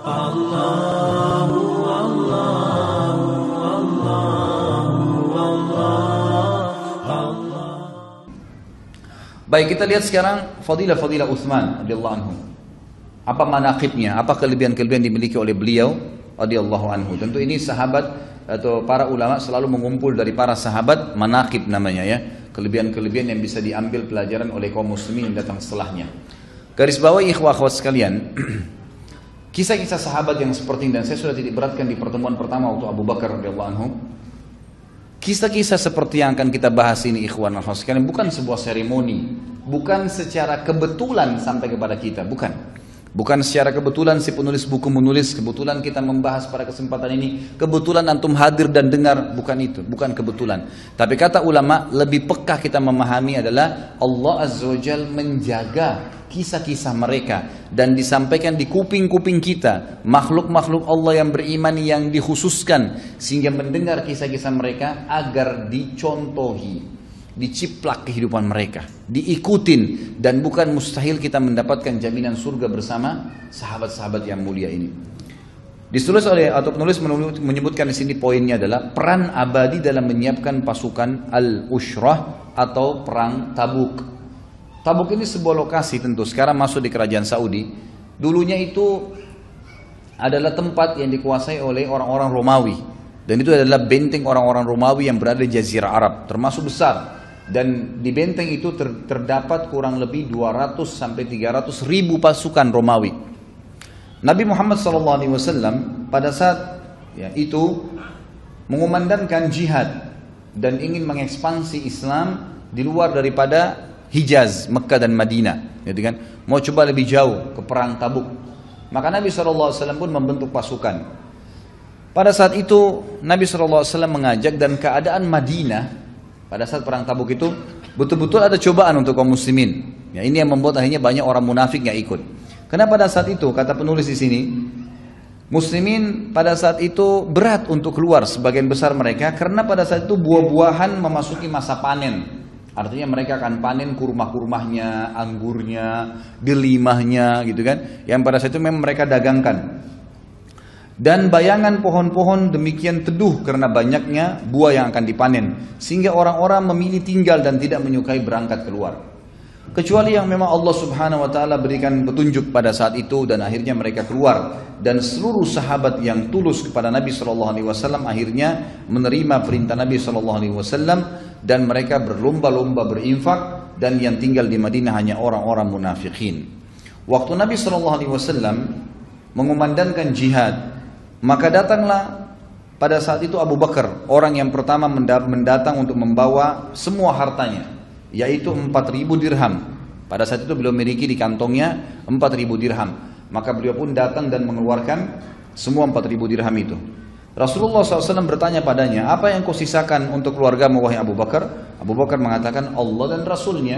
Allahu Allahu Allahu Allah. Baik, kita lihat sekarang fadilah-fadilah Utsman radhiyallahu anhu. Apa manaqibnya, apa kelebihan-kelebihan dimiliki oleh beliau radhiyallahu anhu. Tentu ini sahabat atau para ulama selalu mengumpul dari para sahabat manaqib namanya ya. Kelebihan-kelebihan yang bisa diambil pelajaran oleh kaum muslimin yang datang setelahnya. Garis bawahi ikhwah akhwat sekalian, kisah-kisah sahabat yang seperti ini, dan saya sudah titik beratkan di pertemuan pertama waktu Abu Bakar radhiyallahu anhu. Kisah-kisah seperti yang akan kita bahas ini ikhwan akhwat sekalian bukan sebuah seremoni, bukan secara kebetulan sampai kepada kita, bukan secara kebetulan si penulis buku menulis, kebetulan kita membahas pada kesempatan ini, kebetulan antum hadir dan dengar, bukan itu, bukan kebetulan. Tapi kata ulama, lebih peka kita memahami adalah Allah Azza wa Jalla menjaga kisah-kisah mereka dan disampaikan di kuping-kuping kita, makhluk-makhluk Allah yang beriman yang dikhususkan sehingga mendengar kisah-kisah mereka agar dicontohi, diciplak kehidupan mereka, diikutin, dan bukan mustahil kita mendapatkan jaminan surga bersama sahabat-sahabat yang mulia ini. Ditulis oleh atau penulis menyebutkan di sini poinnya adalah peran abadi dalam menyiapkan pasukan al-Ushrah atau perang Tabuk. Tabuk ini sebuah lokasi tentu sekarang masuk di kerajaan Saudi. Dulunya itu adalah tempat yang dikuasai oleh orang-orang Romawi, dan itu adalah benteng orang-orang Romawi yang berada di Jazirah Arab, termasuk besar. Dan di benteng itu terdapat kurang lebih 200 sampai 300 ribu pasukan Romawi. Nabi Muhammad SAW pada saat itu mengumandangkan jihad dan ingin mengekspansi Islam di luar daripada Hijaz, Mekah dan Madinah, gitu kan? Mau coba lebih jauh ke perang Tabuk. Maka Nabi SAW pun membentuk pasukan. Pada saat itu Nabi SAW mengajak, dan keadaan Madinah pada saat perang Tabuk itu betul-betul ada cobaan untuk kaum muslimin. Ya, ini yang membuat akhirnya banyak orang munafik yang ikut. Karena pada saat itu kata penulis di sini, muslimin pada saat itu berat untuk keluar sebagian besar mereka karena pada saat itu buah-buahan memasuki masa panen. Artinya mereka akan panen kurma-kurmahnya, anggurnya, delimahnya gitu kan. Yang pada saat itu memang mereka dagangkan. Dan bayangan pohon-pohon demikian teduh karena banyaknya buah yang akan dipanen. Sehingga orang-orang memilih tinggal dan tidak menyukai berangkat keluar. Kecuali yang memang Allah Subhanahu wa Ta'ala berikan petunjuk pada saat itu, dan akhirnya mereka keluar. Dan seluruh sahabat yang tulus kepada Nabi SAW akhirnya menerima perintah Nabi SAW, dan mereka berlomba-lomba berinfak, dan yang tinggal di Madinah hanya orang-orang munafikin. Waktu Nabi SAW mengumandangkan jihad, maka datanglah pada saat itu Abu Bakar, orang yang pertama mendatang untuk membawa semua hartanya, yaitu 4.000 dirham. Pada saat itu beliau memiliki di kantongnya 4.000 dirham. Maka beliau pun datang dan mengeluarkan semua 4.000 dirham itu. Rasulullah SAW bertanya padanya, apa yang kau sisakan untuk keluargamu wahai Abu Bakar? Abu Bakar mengatakan Allah dan Rasulnya.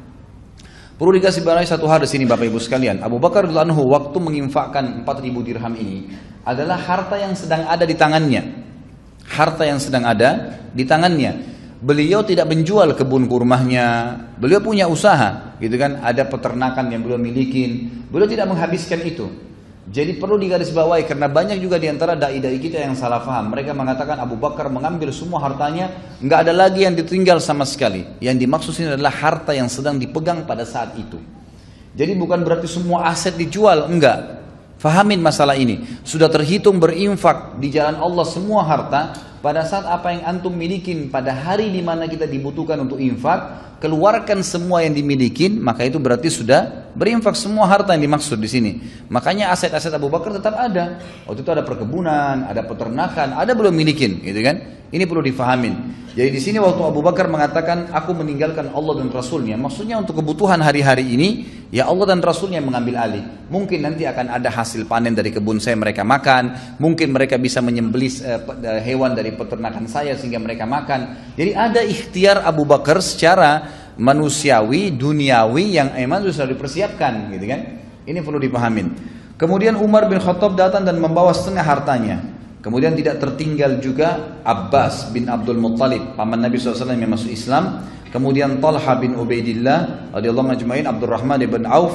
Perlu dikasih bawahi satu hal di sini Bapak Ibu sekalian. Abu Bakar radhiyallahu anhu waktu menginfakkan 4.000 dirham ini adalah harta yang sedang ada di tangannya. Harta yang sedang ada di tangannya. Beliau tidak menjual kebun kurmahnya, beliau punya usaha, gitu kan? Ada peternakan yang beliau miliki, beliau tidak menghabiskan itu. Jadi perlu digarisbawahi karena banyak juga di antara dai-dai kita yang salah faham. Mereka mengatakan Abu Bakar mengambil semua hartanya, nggak ada lagi yang ditinggal sama sekali. Yang dimaksud ini adalah harta yang sedang dipegang pada saat itu. Jadi bukan berarti semua aset dijual, enggak. Fahamin masalah ini. Sudah terhitung berinfak di jalan Allah semua harta. Pada saat apa yang antum milikin pada hari di mana kita dibutuhkan untuk infak, keluarkan semua yang dimilikin, maka itu berarti sudah berinfak semua harta yang dimaksud di sini. Makanya aset-aset Abu Bakar tetap ada. Waktu itu ada perkebunan, ada peternakan, ada belum milikin, gitu kan? Ini perlu difahamin. Jadi di sini waktu Abu Bakar mengatakan aku meninggalkan Allah dan Rasulnya, maksudnya untuk kebutuhan hari-hari ini ya Allah dan Rasulnya yang mengambil alih. Mungkin nanti akan ada hasil panen dari kebun saya mereka makan, mungkin mereka bisa menyembelih hewan dari peternakan saya sehingga mereka makan. Jadi ada ikhtiar Abu Bakar secara manusiawi, duniawi yang emang sudah dipersiapkan, gitu kan? Ini perlu dipahamin. Kemudian Umar bin Khattab datang dan membawa setengah hartanya. Kemudian tidak tertinggal juga Abbas bin Abdul Muttalib, paman Nabi SAW yang masuk Islam. Kemudian Talha bin Ubaidillah radhiyallahu anhu, Abdurrahman bin Auf,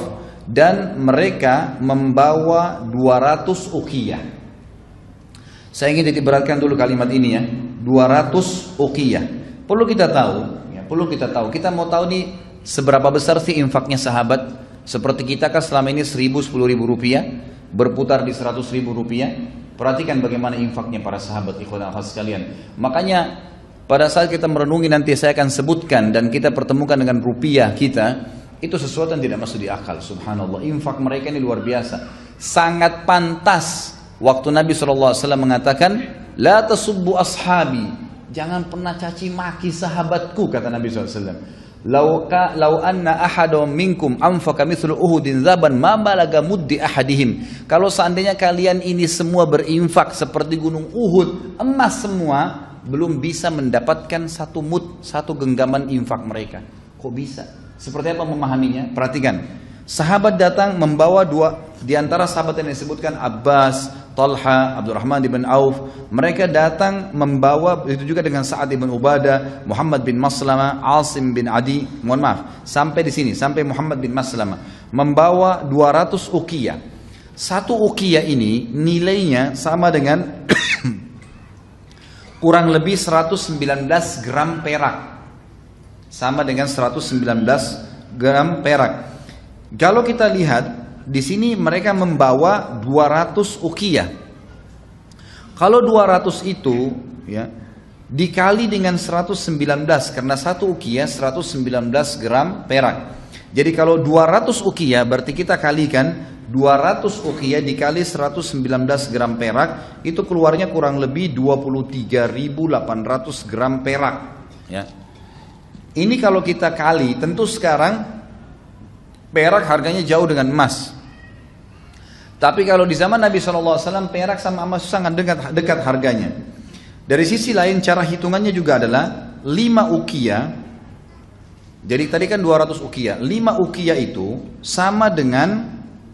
dan mereka membawa 200 uqiyah. Saya ingin titik beratkan dulu kalimat ini ya, 200 uqiyah. Perlu kita tahu, kita mau tahu nih seberapa besar sih infaknya sahabat. Seperti kita kan selama ini 1000, 10.000 rupiah, berputar di 100.000 rupiah. Perhatikan bagaimana infaknya para sahabat, ikhwan akhwat sekalian. Makanya pada saat kita merenungi nanti saya akan sebutkan dan kita pertemukan dengan rupiah kita, itu sesuatu yang tidak masuk di akal. Subhanallah, infak mereka ini luar biasa. Sangat pantas waktu Nabi SAW mengatakan, la tasubbu ashabi, jangan pernah caci maki sahabatku, kata Nabi SAW. Lau anna ahadum minkum anfaqa mithlu uhudin zaban ma balaga muddi ahadihim. Kalau seandainya kalian ini semua berinfak seperti gunung Uhud, emas semua, belum bisa mendapatkan satu mud, satu genggaman infak mereka. Kok bisa? Seperti apa memahaminya? Perhatikan. Sahabat datang membawa dua, di antara sahabat yang disebutkan Abbas, Talha, Abdurrahman bin Auf. Mereka datang membawa, itu juga dengan Sa'ad bin Ubadah, Muhammad bin Maslamah, Asim bin Adi. Mohon maaf, sampai di sini, sampai Muhammad bin Maslamah membawa 200 uqiyah. Satu uqiyah ini nilainya sama dengan kurang lebih 119 gram perak. Sama dengan 119 gram perak. Kalau kita lihat di sini mereka membawa 200 uqiyah. Kalau 200 itu ya dikali dengan 119, karena satu uqiyah 119 gram perak. Jadi kalau 200 uqiyah berarti kita kalikan 200 uqiyah dikali 119 gram perak, itu keluarnya kurang lebih 23.800 gram perak ya. Ini kalau kita kali, tentu sekarang perak harganya jauh dengan emas. Tapi kalau di zaman Nabi SAW perak sama emas sangat dekat harganya. Dari sisi lain cara hitungannya juga adalah 5 uqiyah. Jadi tadi kan 200 uqiyah. 5 uqiyah itu sama dengan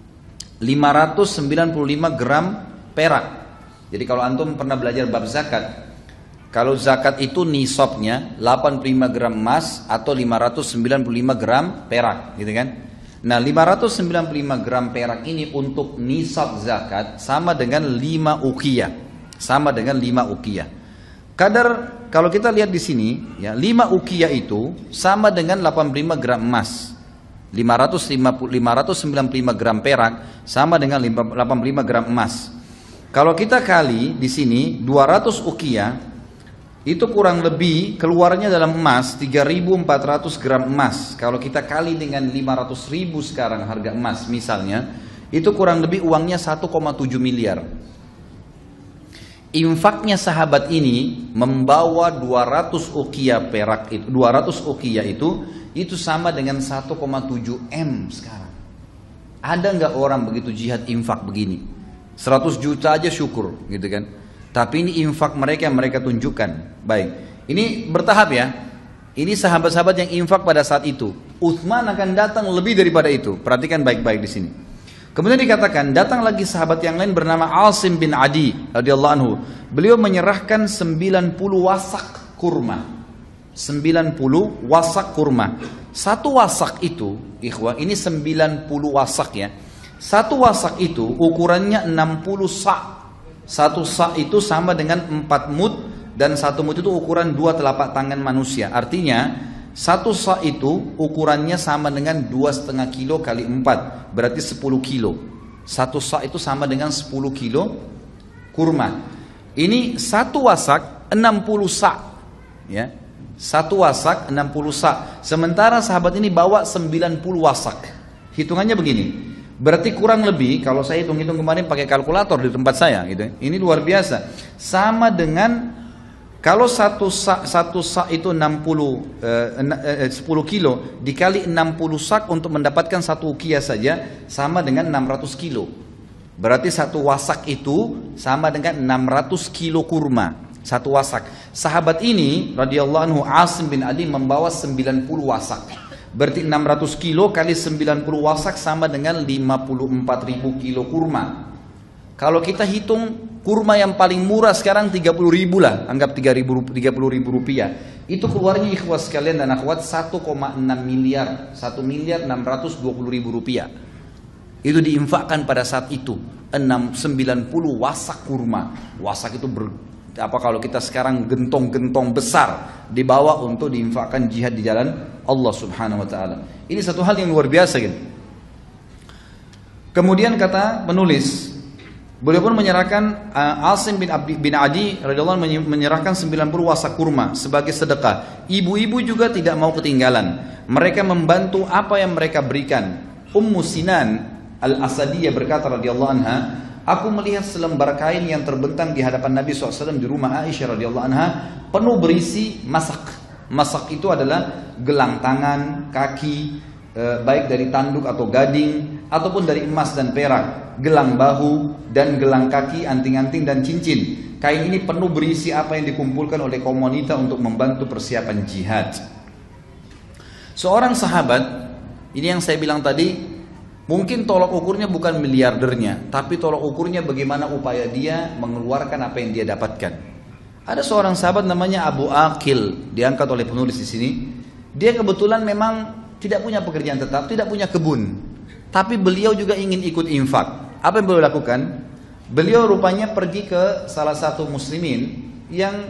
595 gram perak. Jadi kalau antum pernah belajar bab zakat, kalau zakat itu nisabnya 85 gram emas atau 595 gram perak, gitu kan? Nah, 595 gram perak ini untuk nisab zakat sama dengan 5 uqiyah. Sama dengan 5 uqiyah. Kadar kalau kita lihat di sini, ya, 5 uqiyah itu sama dengan 85 gram emas. 595 gram perak sama dengan 85 gram emas. Kalau kita kali di sini 200 uqiyah, itu kurang lebih keluarnya dalam emas 3.400 gram emas. Kalau kita kali dengan 500.000 sekarang harga emas misalnya, itu kurang lebih uangnya 1,7 miliar. Infaknya sahabat ini membawa 200 uqiyah perak itu, 200 uqiyah itu sama dengan 1,7 M sekarang. Ada nggak orang begitu jihad infak begini? 100 juta aja syukur, gitu kan? Tapi ini infak mereka yang mereka tunjukkan. Baik, ini bertahap ya. Ini sahabat-sahabat yang infak pada saat itu. Utsman akan datang lebih daripada itu. Perhatikan baik-baik di sini. Kemudian dikatakan datang lagi sahabat yang lain bernama Asim bin Adi radhiyallahu anhu. Beliau menyerahkan 90 wasak kurma. 90 wasak kurma. Satu wasak itu, ikhwah, ini 90 wasak ya. Satu wasak itu ukurannya 60 sa'. Satu sa' itu sama dengan 4 mud, dan 1 mud itu ukuran 2 telapak tangan manusia. Artinya satu sa' itu ukurannya sama dengan 2,5 kilo kali 4, berarti 10 kilo. Satu sa' itu sama dengan 10 kilo kurma. Ini satu wasak 60 sa', ya. Satu wasak 60 sa'. Sementara sahabat ini bawa 90 wasak. Hitungannya begini. Berarti kurang lebih, kalau saya hitung-hitung kemarin pakai kalkulator di tempat saya, gitu. Ini luar biasa. Sama dengan kalau satu sa itu 10 kilo dikali 60 sak untuk mendapatkan satu uqiyah saja sama dengan 600 kilo. Berarti satu wasak itu sama dengan 600 kilo kurma. Satu wasak. Sahabat ini radhiyallahu anhu Asim bin Adi membawa 90 wasak. Berarti 600 kilo kali 90 wasak sama dengan 54.000 kilo kurma. Kalau kita hitung kurma yang paling murah sekarang 30.000 lah, anggap 30.000 rupiah. Itu keluarnya ikhwas sekalian dan akhwat 1,6 miliar, 1.620.000 rupiah. Itu diinfakkan pada saat itu 90 wasak kurma. Wasak itu kalau kita sekarang gentong-gentong besar dibawa untuk diinfakkan jihad di jalan Allah Subhanahu wa taala. Ini satu hal yang luar biasa gitu. Kemudian kata penulis, beliau pun menyerahkan Asim bin Adi radhiyallahu anhu menyerahkan 90 wasak kurma sebagai sedekah. Ibu-ibu juga tidak mau ketinggalan. Mereka membantu apa yang mereka berikan. Ummu Sinan Al-Asadiyah berkata radhiyallahu anha, aku melihat selembar kain yang terbentang di hadapan Nabi SAW di rumah Aisyah radhiyallahu anha, penuh berisi masak. Masak itu adalah gelang tangan, kaki, baik dari tanduk atau gading, ataupun dari emas dan perak, gelang bahu dan gelang kaki, anting-anting dan cincin. Kain ini penuh berisi apa yang dikumpulkan oleh kaum wanita untuk membantu persiapan jihad. Seorang sahabat, ini yang saya bilang tadi, mungkin tolak ukurnya bukan miliardernya, tapi tolak ukurnya bagaimana upaya dia mengeluarkan apa yang dia dapatkan. Ada seorang sahabat namanya Abu Aqil, diangkat oleh penulis di sini. Dia kebetulan memang tidak punya pekerjaan tetap, tidak punya kebun, tapi beliau juga ingin ikut infak. Apa yang beliau lakukan? Beliau rupanya pergi ke salah satu muslimin yang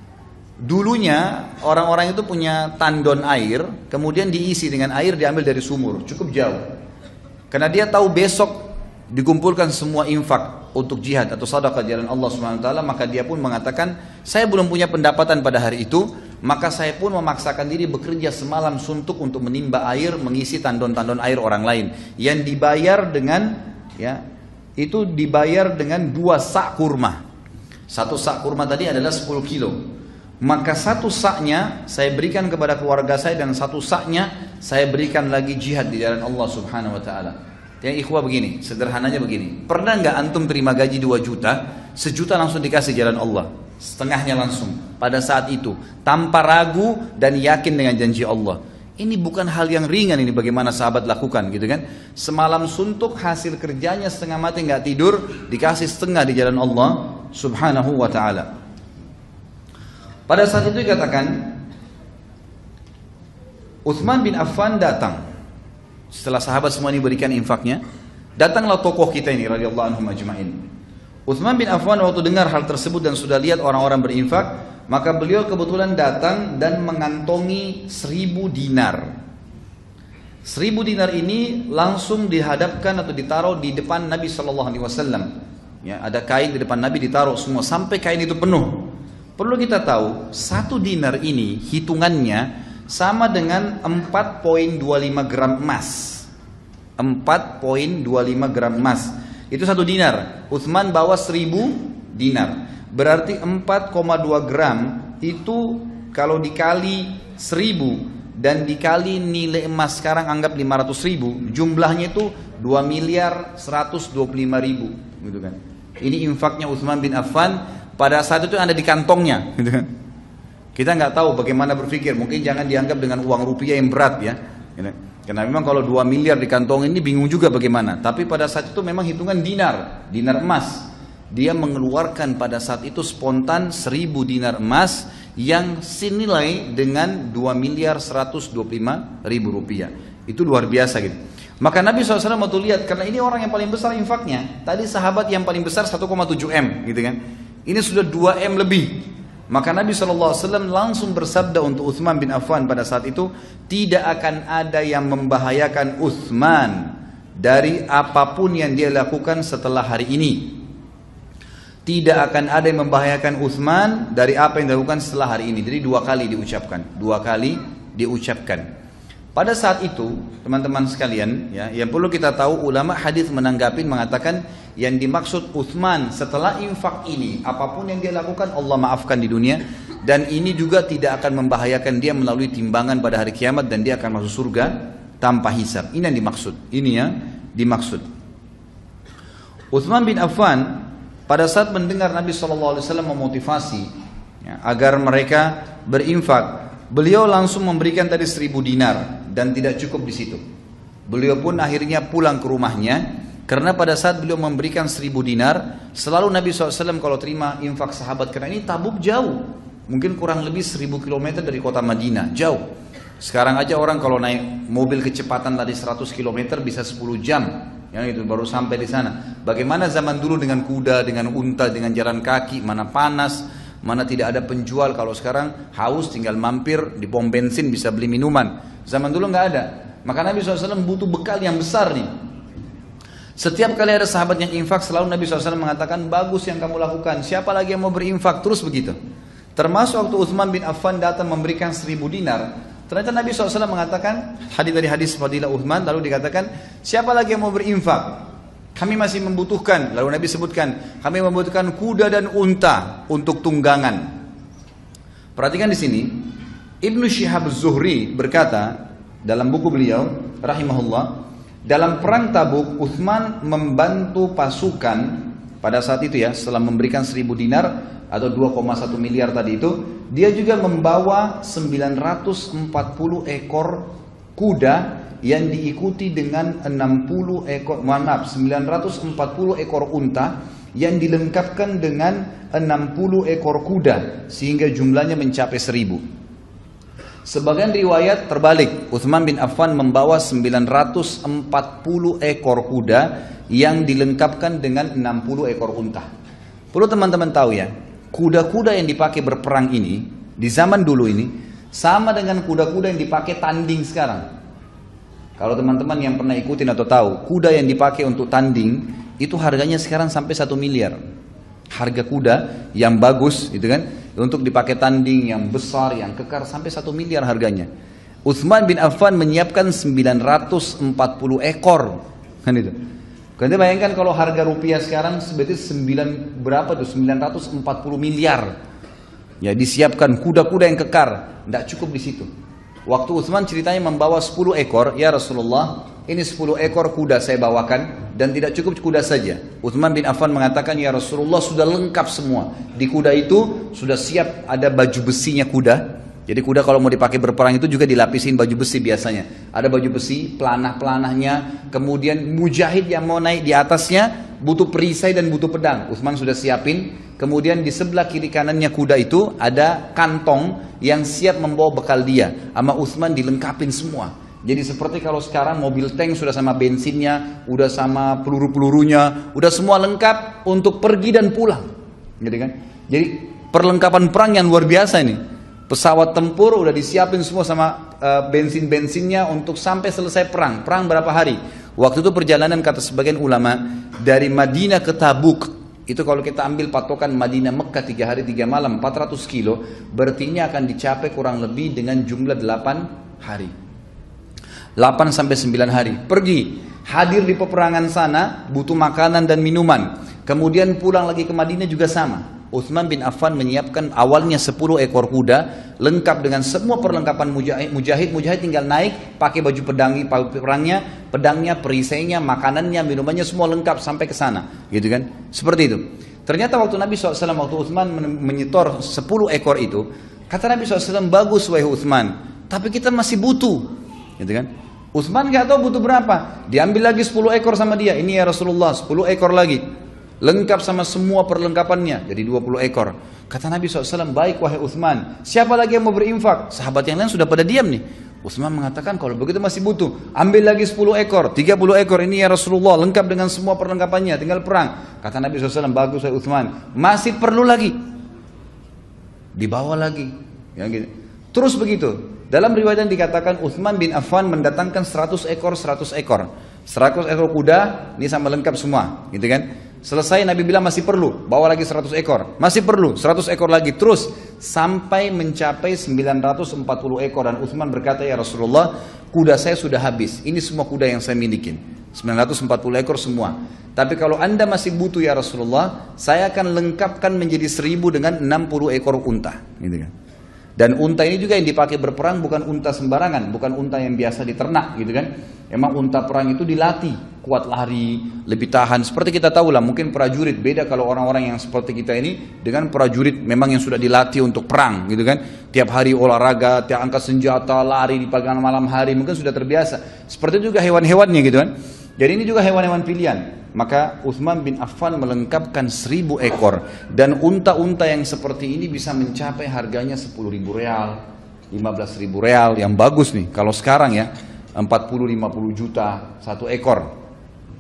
dulunya orang-orang itu punya tandon air, kemudian diisi dengan air diambil dari sumur, cukup jauh. Karena dia tahu besok dikumpulkan semua infak untuk jihad atau sedekah jalan Allah Subhanahu wa taala, maka dia pun mengatakan, saya belum punya pendapatan pada hari itu, maka saya pun memaksakan diri bekerja semalam suntuk untuk menimba air, mengisi tandon-tandon air orang lain yang dibayar dengan itu dibayar dengan 2 sak kurma. 1 sak kurma tadi adalah 10 kilo. Maka 1 saknya saya berikan kepada keluarga saya dan 1 saknya saya berikan lagi jihad di jalan Allah Subhanahu wa taala. Yang ikhwah begini, sederhananya begini. Pernah nggak antum terima gaji 2 juta, 1 juta langsung dikasih jalan Allah, setengahnya langsung pada saat itu tanpa ragu dan yakin dengan janji Allah. Ini bukan hal yang ringan, ini bagaimana sahabat lakukan gitu kan. Semalam suntuk, hasil kerjanya setengah mati nggak tidur, dikasih setengah di jalan Allah Subhanahu wa taala. Pada saat itu dikatakan Utsman bin Affan datang. Setelah sahabat semua ini berikan infaknya, datanglah tokoh kita ini radhiyallahu anhum ajma'in. Utsman bin Affan waktu dengar hal tersebut dan sudah lihat orang-orang berinfak, maka beliau kebetulan datang dan mengantongi 1000 dinar. 1000 dinar ini langsung dihadapkan atau ditaruh di depan Nabi SAW. Ya, ada kain di depan Nabi ditaruh semua sampai kain itu penuh. Perlu kita tahu, 1 dinar ini hitungannya sama dengan 4,25 gram emas. 4,25 gram emas. Itu 1 dinar. Utsman bawa 1000 dinar. Berarti 4,2 gram itu kalau dikali 1000 dan dikali nilai emas sekarang anggap 500.000, jumlahnya itu 2.125.000 gitu kan. Ini infaknya Utsman bin Affan pada saat itu ada di kantongnya gitu kan. Kita nggak tahu bagaimana berpikir, mungkin jangan dianggap dengan uang rupiah yang berat ya gitu. Karena memang kalau 2 miliar di kantong ini bingung juga bagaimana. Tapi pada saat itu memang hitungan dinar emas. Dia mengeluarkan pada saat itu spontan 1000 dinar emas yang senilai dengan 2.125.000 rupiah. Itu luar biasa gitu. Maka Nabi SAW waktu lihat, karena ini orang yang paling besar infaknya. Tadi sahabat yang paling besar 1,7 M gitu kan. Ini sudah 2 M lebih. Maka Nabi SAW langsung bersabda untuk Utsman bin Affan pada saat itu, tidak akan ada yang membahayakan Utsman dari apapun yang dia lakukan setelah hari ini. Tidak akan ada yang membahayakan Utsman dari apa yang dilakukan setelah hari ini. Jadi 2 kali diucapkan. 2 kali diucapkan. Pada saat itu, teman-teman sekalian, ya, yang perlu kita tahu, ulama hadis menanggapi mengatakan yang dimaksud Utsman setelah infak ini, apapun yang dia lakukan Allah maafkan di dunia, dan ini juga tidak akan membahayakan dia melalui timbangan pada hari kiamat dan dia akan masuk surga tanpa hisab. Ini yang dimaksud. Ini yang dimaksud. Utsman bin Affan pada saat mendengar Nabi SAW memotivasi ya, agar mereka berinfak, beliau langsung memberikan tadi 1000 dinar dan tidak cukup di situ. Beliau pun akhirnya pulang ke rumahnya karena pada saat beliau memberikan 1000 dinar, selalu Nabi SAW kalau terima infak sahabat, karena ini Tabuk jauh, mungkin kurang lebih 1000 km dari kota Madinah, jauh. Sekarang aja orang kalau naik mobil kecepatan tadi 100 km bisa 10 jam Yang itu baru sampai di sana. Bagaimana zaman dulu dengan kuda, dengan unta, dengan jalan kaki, mana panas, mana tidak ada penjual. Kalau sekarang haus tinggal mampir di pom bensin bisa beli minuman. Zaman dulu nggak ada. Maka Nabi SAW butuh bekal yang besar nih. Setiap kali ada sahabat yang infak, selalu Nabi SAW mengatakan, bagus yang kamu lakukan, siapa lagi yang mau berinfak? Terus begitu. Termasuk waktu Utsman bin Affan datang memberikan 1000 dinar, ternyata Nabi SAW mengatakan, dari hadis Fadilah Utsman, lalu dikatakan, siapa lagi yang mau berinfak? Kami masih membutuhkan. Lalu Nabi sebutkan, kami membutuhkan kuda dan unta untuk tunggangan. Perhatikan di sini, Ibnu Syihab Az-Zuhri berkata dalam buku beliau, rahimahullah, dalam perang Tabuk, Utsman membantu pasukan pada saat itu ya, setelah memberikan 1000 dinar atau 2,1 miliar tadi itu, dia juga membawa 940 ekor kuda yang diikuti dengan 940 ekor unta yang dilengkapkan dengan 60 ekor kuda sehingga jumlahnya mencapai 1000. Sebagian riwayat terbalik, Utsman bin Affan membawa 940 ekor kuda yang dilengkapkan dengan 60 ekor unta. Perlu teman-teman tahu ya, kuda-kuda yang dipakai berperang ini di zaman dulu ini sama dengan kuda-kuda yang dipakai tanding sekarang. Kalau teman-teman yang pernah ikutin atau tahu, kuda yang dipakai untuk tanding itu harganya sekarang sampai 1 miliar. Harga kuda yang bagus itu kan, untuk dipakai tanding yang besar, yang kekar, sampai 1 miliar harganya. Utsman bin Affan menyiapkan 940 ekor, kan itu. Kalian bayangkan kalau harga rupiah sekarang sebetulnya 940 miliar. Ya, disiapkan kuda-kuda yang kekar, tidak cukup di situ. Waktu Utsman ceritanya membawa 10 ekor, ya Rasulullah, ini 10 ekor kuda saya bawakan dan tidak cukup kuda saja. Utsman bin Affan mengatakan, ya Rasulullah, sudah lengkap semua. Di kuda itu sudah siap ada baju besinya kuda. Jadi kuda kalau mau dipakai berperang itu juga dilapisin baju besi biasanya. Ada baju besi, pelanah-pelanahnya, kemudian mujahid yang mau naik di atasnya butuh perisai dan butuh pedang. Utsman sudah siapin. Kemudian di sebelah kiri kanannya kuda itu ada kantong yang siap membawa bekal dia. Sama Utsman dilengkapin semua. Jadi seperti kalau sekarang mobil tank sudah sama bensinnya, udah sama peluru-pelurunya, udah semua lengkap untuk pergi dan pulang. Gitu kan? Jadi perlengkapan perang yang luar biasa ini. Pesawat tempur udah disiapin semua sama bensin-bensinnya untuk sampai selesai perang. Perang berapa hari? Waktu itu perjalanan kata sebagian ulama dari Madinah ke Tabuk. Itu kalau kita ambil patokan Madinah Mekah 3 hari 3 malam 400 kilo, berarti ini akan dicapai kurang lebih dengan jumlah 8 hari. 8 sampai 9 hari. Pergi, hadir di peperangan sana, butuh makanan dan minuman. Kemudian pulang lagi ke Madinah juga sama. Utsman bin Affan menyiapkan awalnya 10 ekor kuda, lengkap dengan semua perlengkapan mujahid tinggal naik, pakai baju pedangnya, perisainya, makanannya, minumannya semua lengkap sampai ke sana, gitu kan? Seperti itu. Ternyata waktu Nabi SAW, waktu Utsman menyetor 10 ekor itu, kata Nabi SAW, bagus wahai Utsman, tapi kita masih butuh, gitu kan? Utsman nggak tahu butuh berapa, diambil lagi 10 ekor sama dia, ini ya Rasulullah, 10 ekor lagi. Lengkap sama semua perlengkapannya, jadi 20 ekor. Kata Nabi SAW, baik wahai Utsman, siapa lagi yang mau berinfak? Sahabat yang lain sudah pada diam nih. Utsman mengatakan, kalau begitu masih butuh, ambil lagi 10 ekor, 30 ekor, ini ya Rasulullah, lengkap dengan semua perlengkapannya, tinggal perang. Kata Nabi SAW, bagus wahai Utsman, masih perlu lagi, dibawa lagi, ya, gitu. Terus begitu. Dalam riwayat dikatakan Utsman bin Affan mendatangkan 100 ekor, 100 ekor. 100 ekor kuda, ini sama lengkap semua, gitu kan? Selesai Nabi bilang masih perlu, bawa lagi 100 ekor, masih perlu 100 ekor lagi, terus sampai mencapai 940 ekor. Dan Utsman berkata, ya Rasulullah, kuda saya sudah habis, ini semua kuda yang saya milikin, 940 ekor semua. Tapi kalau anda masih butuh ya Rasulullah, saya akan lengkapkan menjadi 1000 dengan 60 ekor unta, gitu kan? Dan unta ini juga yang dipakai berperang bukan unta sembarangan, bukan unta yang biasa diternak, gitu kan? Emang unta perang itu dilatih, kuat lari, lebih tahan. Seperti kita tahu lah, mungkin prajurit beda kalau orang-orang yang seperti kita ini dengan prajurit memang yang sudah dilatih untuk perang, gitu kan? Tiap hari olahraga, tiap angkat senjata, lari di pagi malam hari, mungkin sudah terbiasa. Seperti juga hewan-hewannya, gitu kan? Jadi ini juga hewan-hewan pilihan. Maka Utsman bin Affan melengkapkan 1000 ekor. Dan unta-unta yang seperti ini bisa mencapai harganya 10.000 real, 15.000 real, yang bagus nih. Kalau sekarang ya 40-50 juta satu ekor.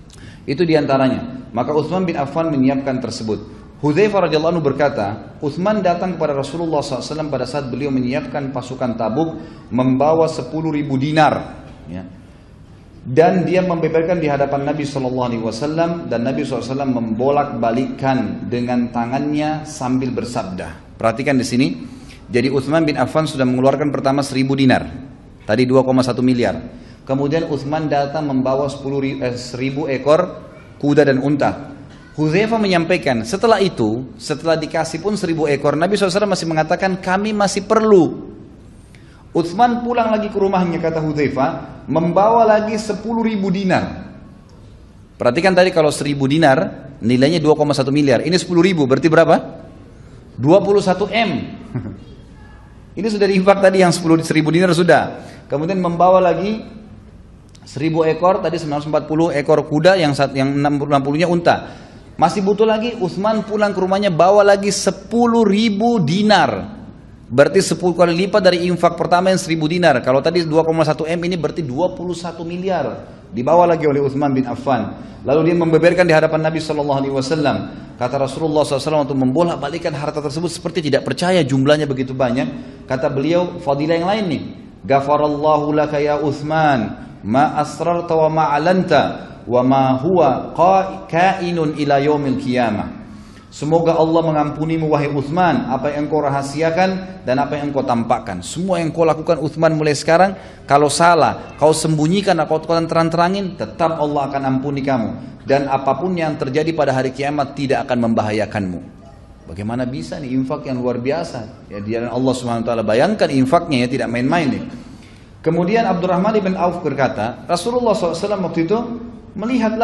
Itu diantaranya. Maka Utsman bin Affan menyiapkan tersebut. Hudzaifah radhiyallahu anhu berkata, Utsman datang kepada Rasulullah SAW pada saat beliau menyiapkan pasukan Tabuk membawa 10.000 dinar. Ya. Dan dia membeberkan di hadapan Nabi SAW dan Nabi SAW membolak-balikkan dengan tangannya sambil bersabda. Perhatikan di sini. Jadi Utsman bin Affan sudah mengeluarkan pertama 1.000 dinar. Tadi 2,1 miliar. Kemudian Utsman datang membawa 1.000 ekor kuda dan unta. Hudzaifah menyampaikan, setelah itu, setelah dikasih pun 1.000 ekor, Nabi SAW masih mengatakan kami masih perlu. Utsman pulang lagi ke rumahnya, kata Hudzaifah, membawa lagi 10.000 dinar. Perhatikan tadi kalau 1.000 dinar nilainya 2,1 miliar. Ini 10.000 berarti berapa? 21 M. Ini sudah diinfak tadi yang 1.000 dinar sudah. Kemudian membawa lagi 1.000 ekor, tadi 940 ekor kuda, yang 60-nya unta. Masih butuh lagi, Utsman pulang ke rumahnya bawa lagi 10.000 dinar. Berarti 10 kali lipat dari infak pertama yang 1.000 dinar. Kalau tadi 2,1 M ini berarti 21 miliar. Dibawa lagi oleh Utsman bin Affan. Lalu dia membeberkan di hadapan Nabi SAW. Kata Rasulullah SAW untuk membolak-balikan harta tersebut seperti tidak percaya jumlahnya begitu banyak. Kata beliau, fadilah yang lain nih. Ghafarallahu laka ya Utsman, ma asrarta wa ma alanta, wa ma huwa kainun ila yaumil qiyamah. Semoga Allah mengampunimu wahai Utsman, apa yang engkau rahasiakan dan apa yang engkau tampakkan. Semua yang kau lakukan Utsman mulai sekarang, kalau salah, kau sembunyikan atau kau terang-terangin, tetap Allah akan ampuni kamu. Dan apapun yang terjadi pada hari kiamat tidak akan membahayakanmu. Bagaimana bisa nih infak yang luar biasa? Ya, di jalan Allah Subhanahu wa taala, bayangkan infaknya ya, tidak main-main nih. Kemudian Abdurrahman bin Auf berkata, Rasulullah SAW waktu itu melihat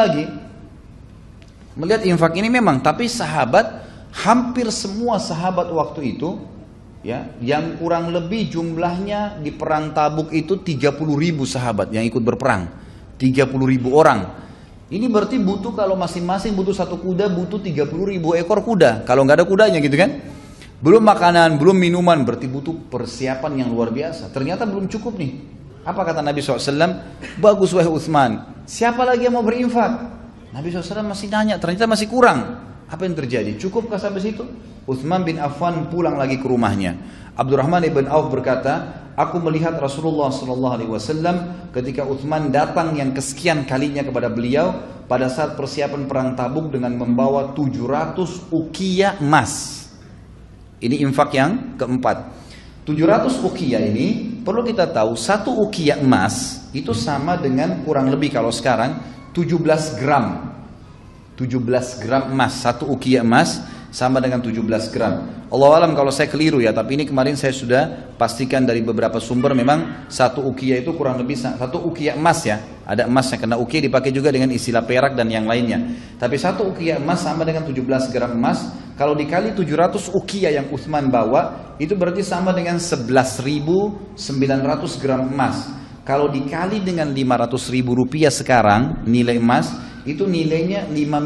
infak ini memang, tapi sahabat, hampir semua sahabat waktu itu, ya, yang kurang lebih jumlahnya di perang Tabuk itu 30.000 sahabat yang ikut berperang, 30.000 orang. Ini berarti butuh, kalau masing-masing butuh satu kuda, butuh 30.000 ekor kuda. Kalau nggak ada kudanya gitu kan, belum makanan, belum minuman, berarti butuh persiapan yang luar biasa. Ternyata belum cukup nih. Apa kata Nabi SAW? Bagus wahai Utsman, siapa lagi yang mau berinfak? Nabi SAW masih nanya, ternyata masih kurang. Apa yang terjadi? Cukupkah sampai situ? Utsman bin Affan pulang lagi ke rumahnya. Abdurrahman bin Auf berkata, aku melihat Rasulullah SAW ketika Utsman datang yang kesekian kalinya kepada beliau pada saat persiapan perang Tabuk dengan membawa 700 uqiyah emas. Ini infak yang keempat. 700 uqiyah ini perlu kita tahu, satu uqiyah emas itu sama dengan kurang lebih kalau sekarang 17 gram. 17 gram emas, satu uqiyah emas sama dengan 17 gram. Allah alam kalau saya keliru ya, tapi ini kemarin saya sudah pastikan dari beberapa sumber, memang satu uqiyah itu kurang lebih satu uqiyah emas ya. Ada emasnya, karena uqiyah dipakai juga dengan istilah perak dan yang lainnya. Tapi satu uqiyah emas sama dengan 17 gram emas. Kalau dikali 700 uqiyah yang Utsman bawa, itu berarti sama dengan 11.900 gram emas. Kalau dikali dengan 500.000 rupiah sekarang, nilai emas, itu nilainya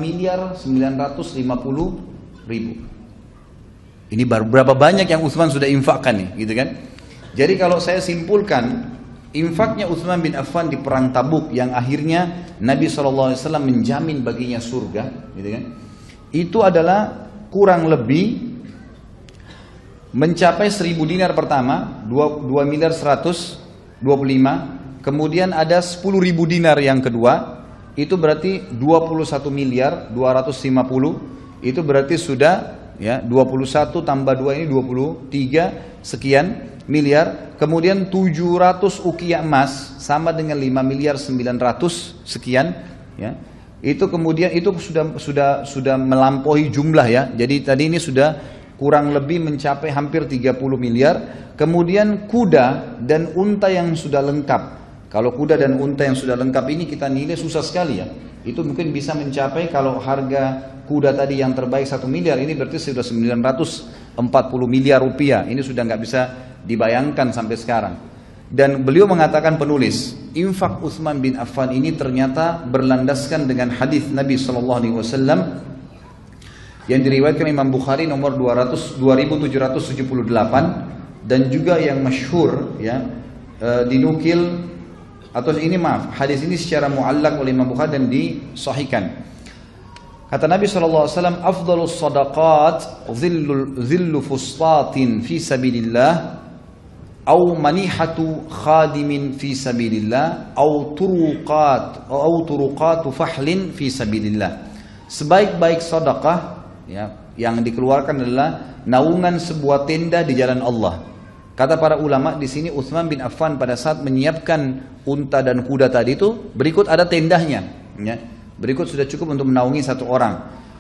5.950.000. Ini berapa banyak yang Utsman sudah infakkan nih, gitu kan? Jadi kalau saya simpulkan, infaknya Utsman bin Affan di perang Tabuk yang akhirnya Nabi SAW menjamin baginya surga, gitu kan? Itu adalah kurang lebih mencapai 1.000 dinar pertama, 2.125.000, kemudian ada 10.000 dinar yang kedua, itu berarti 21.250.000, itu berarti sudah ya 21 tambah 2 ini 23 sekian miliar. Kemudian 700 uqiyah emas sama dengan 5.900.000 sekian ya. Itu kemudian itu sudah melampaui jumlah ya. Jadi tadi ini sudah kurang lebih mencapai hampir 30 miliar. Kemudian kuda dan unta yang sudah lengkap. Kalau kuda dan unta yang sudah lengkap ini kita nilai susah sekali ya. Itu mungkin bisa mencapai, kalau harga kuda tadi yang terbaik 1 miliar, ini berarti sudah 940 miliar rupiah. Ini sudah nggak bisa dibayangkan sampai sekarang. Dan beliau mengatakan, penulis, infak Utsman bin Affan ini ternyata berlandaskan dengan hadis Nabi SAW yang diriwayatkan Imam Bukhari nomor 2778, dan juga yang masyhur ya, dinukil atau ini maaf, hadis ini secara muallak oleh Imam Bukhari dan disahihkan. Kata Nabi SAW, afdalus sadaqat zillu fustatin fi sabilillah, au manihatu khadimin fi sabilillah, au turuqatu fahlin fi sabilillah. Sebaik-baik sedekah ya, yang dikeluarkan adalah naungan sebuah tenda di jalan Allah. Kata para ulama di sini, Utsman bin Affan pada saat menyiapkan unta dan kuda tadi itu, berikut ada tendahnya ya. Berikut sudah cukup untuk menaungi satu orang.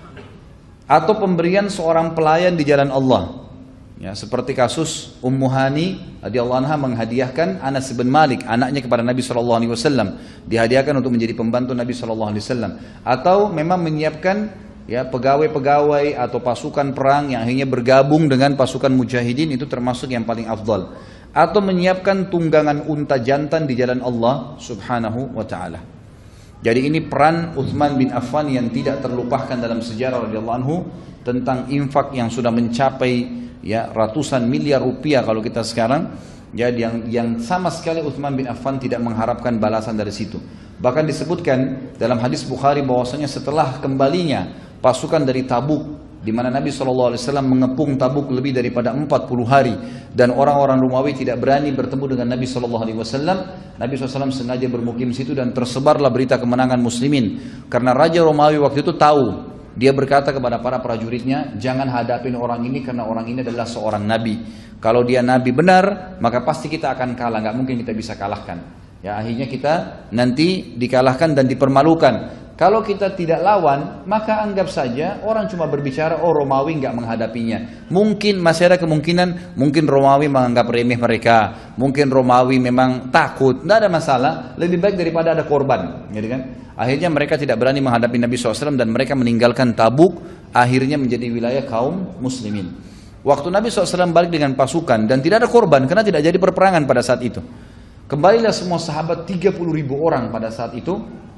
Atau pemberian seorang pelayan di jalan Allah. Ya, seperti kasus Ummu Hani radhiyallahu anha menghadiahkan Anas bin Malik, anaknya, kepada Nabi SAW. Dihadiahkan untuk menjadi pembantu Nabi SAW. Atau memang menyiapkan ya pegawai-pegawai atau pasukan perang yang akhirnya bergabung dengan pasukan mujahidin, itu termasuk yang paling afdal. Atau menyiapkan tunggangan unta jantan di jalan Allah Subhanahu wa ta'ala. Jadi ini peran Utsman bin Affan yang tidak terlupakan dalam sejarah radhiyallahu anhu, tentang infak yang sudah mencapai ya ratusan miliar rupiah kalau kita sekarang, ya, yang sama sekali Utsman bin Affan tidak mengharapkan balasan dari situ. Bahkan disebutkan dalam hadis Bukhari bahwasanya setelah kembalinya pasukan dari Tabuk, di mana Nabi SAW mengepung Tabuk lebih daripada 40 hari, dan orang-orang Romawi tidak berani bertemu dengan Nabi SAW. Nabi SAW sengaja bermukim situ dan tersebarlah berita kemenangan muslimin. Karena Raja Romawi waktu itu tahu, dia berkata kepada para prajuritnya, jangan hadapin orang ini karena orang ini adalah seorang nabi. Kalau dia nabi benar, maka pasti kita akan kalah, nggak mungkin kita bisa kalahkan. Ya, akhirnya kita nanti dikalahkan dan dipermalukan. Kalau kita tidak lawan, maka anggap saja orang cuma berbicara, oh Romawi nggak menghadapinya. Mungkin masih ada kemungkinan, mungkin Romawi menganggap remeh mereka, mungkin Romawi memang takut, nggak ada masalah. Lebih baik daripada ada korban, gitu kan? Akhirnya mereka tidak berani menghadapi Nabi SAW dan mereka meninggalkan Tabuk, akhirnya menjadi wilayah kaum muslimin. Waktu Nabi SAW balik dengan pasukan dan tidak ada korban karena tidak jadi perperangan pada saat itu. Kembalilah semua sahabat, 30.000 orang pada saat itu.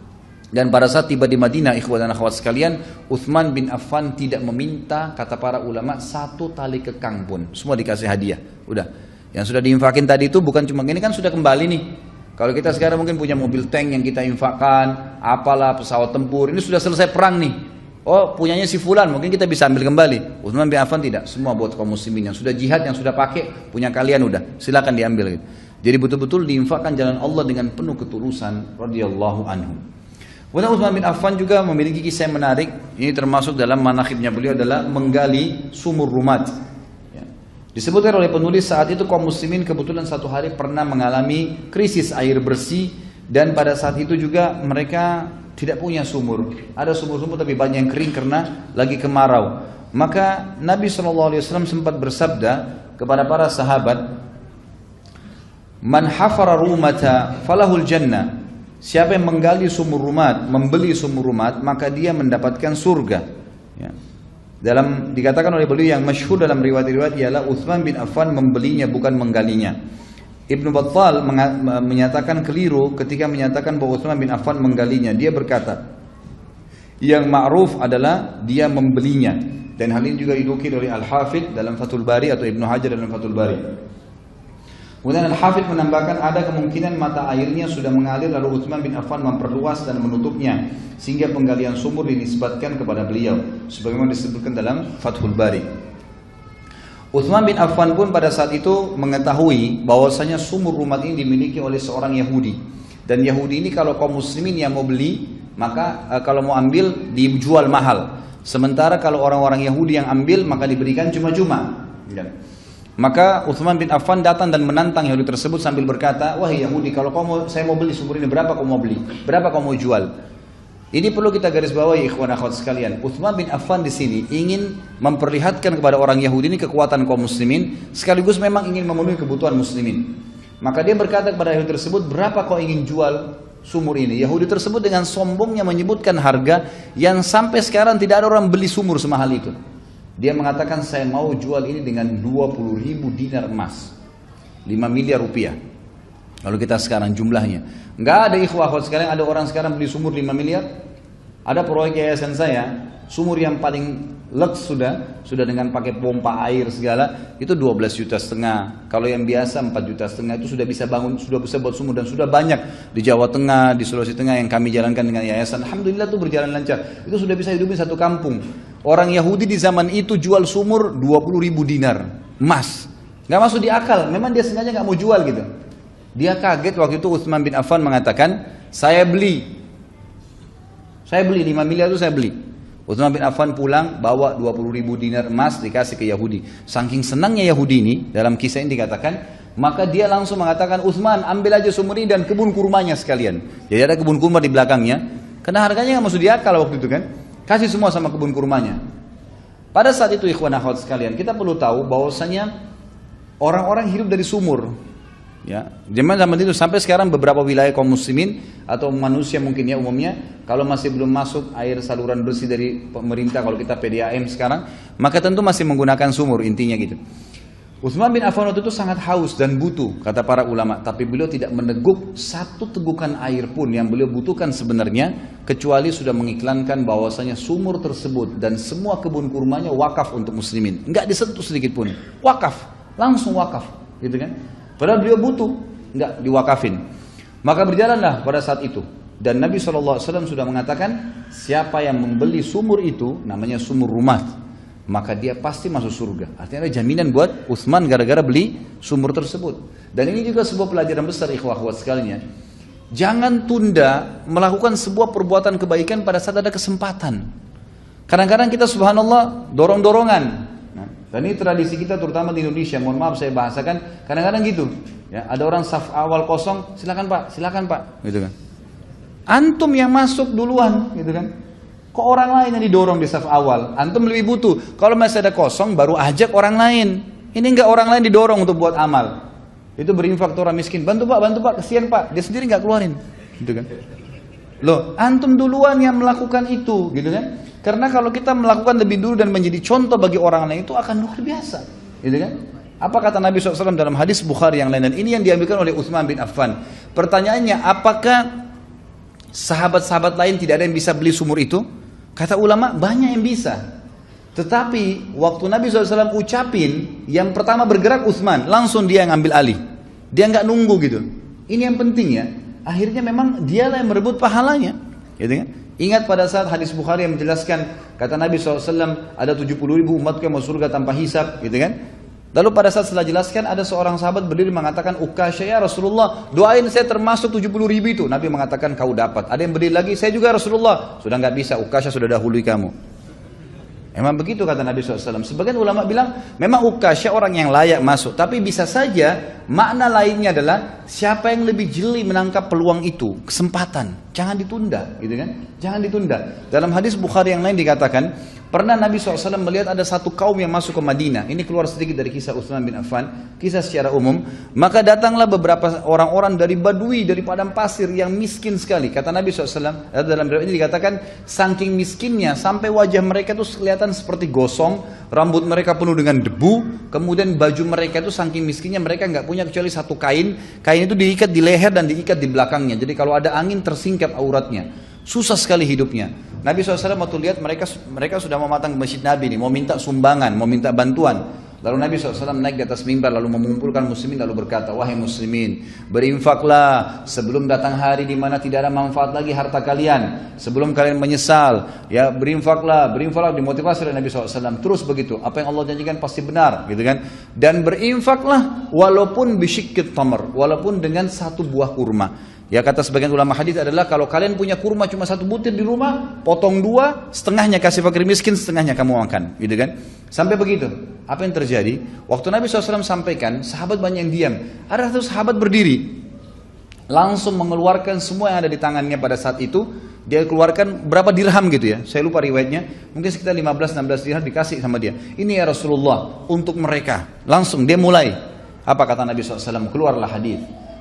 Dan pada saat tiba di Madinah, ikhwan dan akhwat sekalian, Utsman bin Affan tidak meminta, kata para ulama, satu tali kekang pun. Semua dikasih hadiah. Udah. Yang sudah diinfakin tadi itu bukan cuma ini, kan sudah kembali nih. Kalau kita sekarang mungkin punya mobil tank yang kita infakkan, apalah pesawat tempur, ini sudah selesai perang nih. Oh, punyanya si fulan, mungkin kita bisa ambil kembali. Utsman bin Affan tidak, semua buat kaum muslimin yang sudah jihad, yang sudah pakai, punya kalian udah, silakan diambil gitu. Jadi betul-betul diinfakkan jalan Allah dengan penuh ketulusan radhiyallahu anhu. Kemudian Utsman bin Affan juga memiliki kisah yang menarik. Ini termasuk dalam manakhibnya beliau adalah menggali sumur Rumat. Ya. Disebutkan oleh penulis saat itu kaum muslimin kebetulan satu hari pernah mengalami krisis air bersih, dan pada saat itu juga mereka tidak punya sumur. Ada sumur-sumur tapi banyak yang kering karena lagi kemarau. Maka Nabi SAW sempat bersabda kepada para sahabat, "Man hafara rumata falahul jannah." Siapa yang menggali sumur Rumat, membeli sumur Rumat, maka dia mendapatkan surga. Ya. Dikatakan oleh beliau yang masyhur dalam riwayat-riwayat ialah Utsman bin Affan membelinya bukan menggalinya. Ibnu Battal menyatakan keliru ketika menyatakan bahwa Utsman bin Affan menggalinya. Dia berkata, yang ma'ruf adalah dia membelinya. Dan hal ini juga dinukil oleh Al-Hafidh dalam Fathul Bari atau Ibnu Hajar dalam Fathul Bari. Kemudian Al-Hafidh menambahkan ada kemungkinan mata airnya sudah mengalir lalu Utsman bin Affan memperluas dan menutupnya sehingga penggalian sumur dinisbatkan kepada beliau sebagaimana disebutkan dalam Fathul Bari. Utsman bin Affan pun pada saat itu mengetahui bahwasanya sumur Rumat ini dimiliki oleh seorang Yahudi, dan Yahudi ini kalau kaum muslimin yang mau beli, maka kalau mau ambil dijual mahal, sementara kalau orang-orang Yahudi yang ambil maka diberikan cuma-cuma. Maka Utsman bin Affan datang dan menantang Yahudi tersebut sambil berkata, wahai Yahudi, kalau saya mau beli sumur ini, berapa kau mau beli? Berapa kau mau jual? Ini perlu kita garis bawahi ikhwan akhwat sekalian. Utsman bin Affan di sini ingin memperlihatkan kepada orang Yahudi ini kekuatan kaum muslimin, sekaligus memang ingin memenuhi kebutuhan muslimin. Maka dia berkata kepada Yahudi tersebut, berapa kau ingin jual sumur ini? Yahudi tersebut dengan sombongnya menyebutkan harga yang sampai sekarang tidak ada orang beli sumur semahal itu. Dia mengatakan, saya mau jual ini dengan 20.000 dinar emas, 5 miliar rupiah. Kalau kita sekarang jumlahnya, nggak ada ikhwah sekalian, ada orang sekarang beli sumur 5 miliar? Ada proyek yayasan saya, sumur yang paling leks sudah dengan pakai pompa air segala, itu 12,5 juta. Kalau yang biasa 4,5 juta itu sudah bisa bangun, sudah bisa buat sumur, dan sudah banyak di Jawa Tengah, di Sulawesi Tengah yang kami jalankan dengan yayasan. Alhamdulillah itu berjalan lancar. Itu sudah bisa hidupin satu kampung. Orang Yahudi di zaman itu jual sumur 20.000 dinar emas. Nggak masuk di akal, memang dia sengaja nggak mau jual gitu. Dia kaget waktu itu Utsman bin Affan mengatakan, saya beli 5 miliar itu saya beli. Utsman bin Affan pulang bawa 20.000 dinar emas dikasih ke Yahudi. Saking senangnya Yahudi ini, dalam kisah ini dikatakan, maka dia langsung mengatakan, Utsman ambil aja sumur ini dan kebun kurmanya sekalian. Jadi ada kebun kurma di belakangnya, karena harganya nggak masuk di akal waktu itu kan. Kasih semua sama kebun kurmanya. Pada saat itu ikhwan akhwat sekalian, kita perlu tahu bahwasanya orang-orang hidup dari sumur. Ya, zaman itu sampai sekarang beberapa wilayah kaum muslimin atau manusia mungkin ya umumnya, kalau masih belum masuk air saluran bersih dari pemerintah, kalau kita PDAM sekarang, maka tentu masih menggunakan sumur, intinya gitu. Utsman bin Affan waktu itu sangat haus dan butuh, kata para ulama, tapi beliau tidak meneguk satu tegukan air pun yang beliau butuhkan sebenarnya, kecuali sudah mengiklankan bahwasanya sumur tersebut dan semua kebun kurmanya wakaf untuk muslimin, enggak disentuh sedikit pun, wakaf, langsung wakaf, gitu kan? Padahal beliau butuh, enggak diwakafin. Maka berjalanlah pada saat itu. Dan Nabi SAW sudah mengatakan, siapa yang membeli sumur itu, namanya sumur rumah, maka dia pasti masuk surga. Artinya ada jaminan buat Utsman gara-gara beli sumur tersebut. Dan ini juga sebuah pelajaran besar ikhwah akhwat sekalian. Jangan tunda melakukan sebuah perbuatan kebaikan pada saat ada kesempatan. Kadang-kadang kita subhanallah dorong-dorongan. Dan ini tradisi kita terutama di Indonesia, mohon maaf saya bahasakan, kadang-kadang gitu. Ya, ada orang saf awal kosong, silakan Pak, gitu kan. Antum yang masuk duluan, gitu kan. Kok orang lain yang didorong di saf awal? Antum lebih butuh. Kalau masih ada kosong, baru ajak orang lain. Ini enggak orang lain didorong untuk buat amal. Itu berinfak ke orang miskin. Bantu Pak, kesian Pak. Dia sendiri enggak keluarin, gitu kan. Loh, antum duluan yang melakukan itu, gitu kan? Karena kalau kita melakukan lebih dulu dan menjadi contoh bagi orang lain itu akan luar biasa, gitu kan? Apa kata Nabi SAW dalam hadis Bukhari yang lain, dan ini yang diambilkan oleh Utsman bin Affan. Pertanyaannya, apakah sahabat-sahabat lain tidak ada yang bisa beli sumur itu? Kata ulama, banyak yang bisa. Tetapi waktu Nabi SAW ucapin, yang pertama bergerak Utsman, langsung dia yang ambil alih. Dia nggak nunggu gitu. Ini yang penting ya. Akhirnya memang dialah yang merebut pahalanya, gitu kan? Ingat pada saat hadis Bukhari yang menjelaskan, kata Nabi SAW, ada 70.000 umatku yang masuk surga tanpa hisab, gitu kan? Lalu pada saat setelah jelaskan, ada seorang sahabat berdiri mengatakan, Ukasha ya Rasulullah, doain saya termasuk 70.000 itu. Nabi mengatakan, kau dapat. Ada yang berdiri lagi, saya juga Rasulullah. Sudah nggak bisa, Ukasha sudah dahului kamu. Memang begitu kata Nabi SAW. Sebagian ulama bilang, memang Ukasha orang yang layak masuk. Tapi bisa saja, makna lainnya adalah, siapa yang lebih jeli menangkap peluang itu, kesempatan. Jangan ditunda, gitu kan? Jangan ditunda. Dalam hadis Bukhari yang lain dikatakan, pernah Nabi SAW melihat ada satu kaum yang masuk ke Madinah. Ini keluar sedikit dari kisah Utsman bin Affan, kisah secara umum. Maka datanglah beberapa orang-orang dari Badui, dari padang pasir yang miskin sekali. Kata Nabi SAW, dalam riwayat ini dikatakan, saking miskinnya sampai wajah mereka itu kelihatan seperti gosong, rambut mereka penuh dengan debu, kemudian baju mereka itu saking miskinnya mereka nggak punya kecuali satu kain itu diikat di leher dan diikat di belakangnya. Jadi kalau ada angin tersingkap auratnya. Susah sekali hidupnya. Nabi SAW waktu lihat mereka sudah mau matang ke masjid Nabi nih, mau minta sumbangan, mau minta bantuan. Lalu Nabi SAW naik di atas mimbar lalu mengumpulkan muslimin lalu berkata, wahai muslimin, berinfaklah sebelum datang hari di mana tidak ada manfaat lagi harta kalian, sebelum kalian menyesal. Ya, berinfaklah dimotivasi oleh Nabi SAW. Terus begitu, apa yang Allah janjikan pasti benar, gitu kan? Dan berinfaklah walaupun bisyikit tamar, walaupun dengan satu buah kurma. Ya, kata sebagian ulama hadis adalah kalau kalian punya kurma cuma satu butir di rumah, potong dua, setengahnya kasih fakir miskin, setengahnya kamu makan, gitu kan? Sampai begitu. Apa yang terjadi? Waktu Nabi SAW sampaikan, sahabat banyak yang diam. Ada satu sahabat berdiri, langsung mengeluarkan semua yang ada di tangannya pada saat itu. Dia keluarkan berapa dirham gitu ya, saya lupa riwayatnya, mungkin sekitar 15-16 dirham dikasih sama dia. Ini ya Rasulullah, untuk mereka. Langsung dia mulai. Apa kata Nabi SAW? Keluarlah hadis.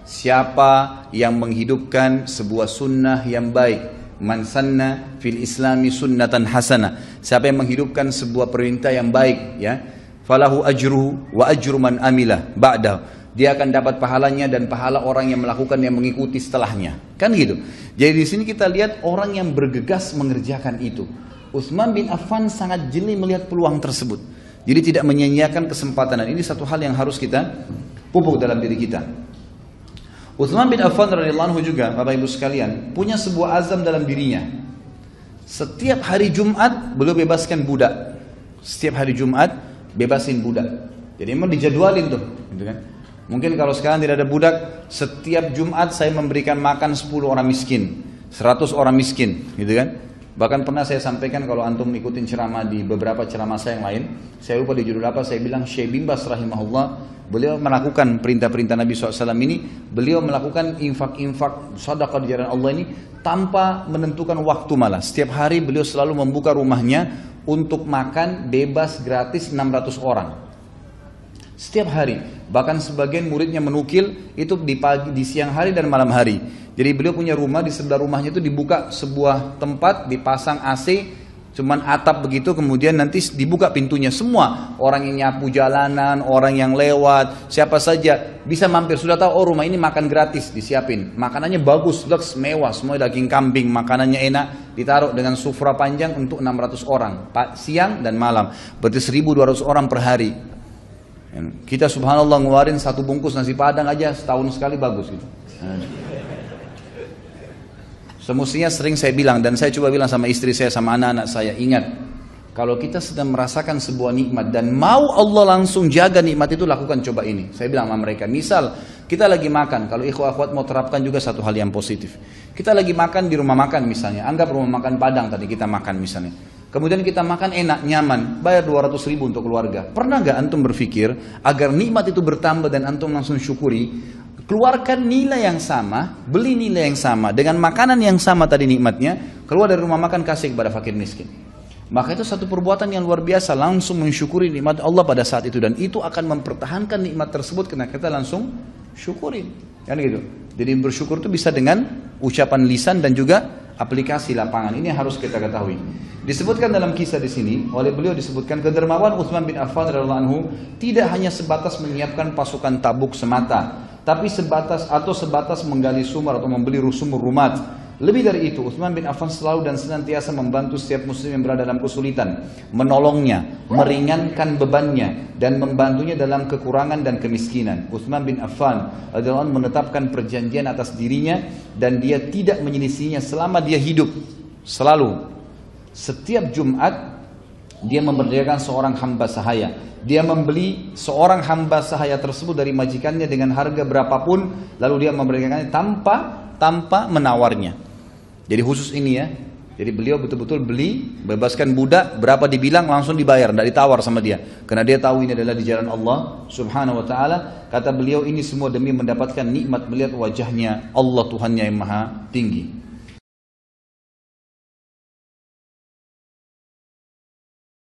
Siapa yang menghidupkan sebuah sunnah yang baik, man sanna fil islami sunnatan hasanah, siapa yang menghidupkan sebuah perintah yang baik, ya, falahu ajruhu wa ajru man amilah ba'dahu, dia akan dapat pahalanya dan pahala orang yang melakukan yang mengikuti setelahnya. Kan gitu. Jadi di sini kita lihat orang yang bergegas mengerjakan itu. Utsman bin Affan sangat jeli melihat peluang tersebut. Jadi tidak menyia-nyiakan kesempatan. Dan ini satu hal yang harus kita pupuk dalam diri kita. Utsman bin Affan radhiyallahu anhu juga, Bapak Ibu sekalian, punya sebuah azam dalam dirinya. Setiap hari Jumat beliau bebaskan budak. Setiap hari Jumat bebasin budak. Jadi memang dijadwalin tuh, gitu kan? Mungkin kalau sekarang tidak ada budak, setiap Jumat saya memberikan makan 10 orang miskin, 100 orang miskin, gitu kan? Bahkan pernah saya sampaikan kalau antum ikutin ceramah di beberapa ceramah saya yang lain, saya lupa di judul apa, saya bilang Syekh bin Baz rahimahullah, beliau melakukan perintah-perintah Nabi SAW ini, beliau melakukan infak-infak, sedekah di jalan Allah ini tanpa menentukan waktu malah. Setiap hari beliau selalu membuka rumahnya untuk makan bebas gratis 600 orang. Setiap hari, bahkan sebagian muridnya menukil itu di pagi, di siang hari dan malam hari. Jadi beliau punya rumah, di sebelah rumahnya itu dibuka sebuah tempat, dipasang AC, cuman atap begitu, kemudian nanti dibuka pintunya, semua orang yang nyapu jalanan, orang yang lewat, siapa saja bisa mampir. Sudah tahu, oh rumah ini makan gratis, disiapin, makanannya bagus, leks, mewah, semua daging kambing, makanannya enak, ditaruh dengan sufra panjang untuk 600 orang, siang dan malam, berarti 1.200 orang per hari. Kita subhanallah ngeluarin 1 bungkus nasi padang aja setahun sekali bagus gitu. Semestinya sering saya bilang, dan saya coba bilang sama istri saya, sama anak-anak saya, ingat, kalau kita sedang merasakan sebuah nikmat dan mau Allah langsung jaga nikmat itu, lakukan coba ini. Saya bilang sama mereka, misal kita lagi makan, kalau ikhwah akhwat mau terapkan juga satu hal yang positif. Kita lagi makan di rumah makan misalnya, anggap rumah makan Padang tadi kita makan misalnya. Kemudian kita makan enak, nyaman, bayar 200.000 untuk keluarga. Pernah gak antum berpikir agar nikmat itu bertambah dan antum langsung syukuri? Keluarkan nilai yang sama, beli nilai yang sama, dengan makanan yang sama tadi nikmatnya, keluar dari rumah makan kasih kepada fakir miskin. Maka itu satu perbuatan yang luar biasa, langsung mensyukuri nikmat Allah pada saat itu. Dan itu akan mempertahankan nikmat tersebut karena kita langsung syukurin. Kan gitu. Jadi bersyukur itu bisa dengan ucapan lisan dan juga aplikasi lapangan. Ini yang harus kita ketahui. Disebutkan dalam kisah di sini, oleh beliau disebutkan kedermawan Utsman bin Affan radhiyallahu anhu tidak hanya sebatas menyiapkan pasukan Tabuk semata, tapi sebatas menggali sumur atau membeli sumur rumat. Lebih dari itu, Utsman bin Affan selalu dan senantiasa membantu setiap muslim yang berada dalam kesulitan, menolongnya, meringankan bebannya, dan membantunya dalam kekurangan dan kemiskinan. Utsman bin Affan adalah menetapkan perjanjian atas dirinya dan dia tidak menyelisihinya selama dia hidup. Selalu, setiap Jumat dia memberdayakan seorang hamba sahaya. Dia membeli seorang hamba sahaya tersebut dari majikannya dengan harga berapapun, lalu dia memberdayakannya tanpa menawarnya. Jadi khusus ini ya. Jadi beliau betul-betul beli, bebaskan budak, berapa dibilang langsung dibayar, tidak ditawar sama dia. Karena dia tahu ini adalah di jalan Allah subhanahu wa ta'ala. Kata beliau, ini semua demi mendapatkan nikmat melihat wajahnya Allah Tuhannya yang maha tinggi.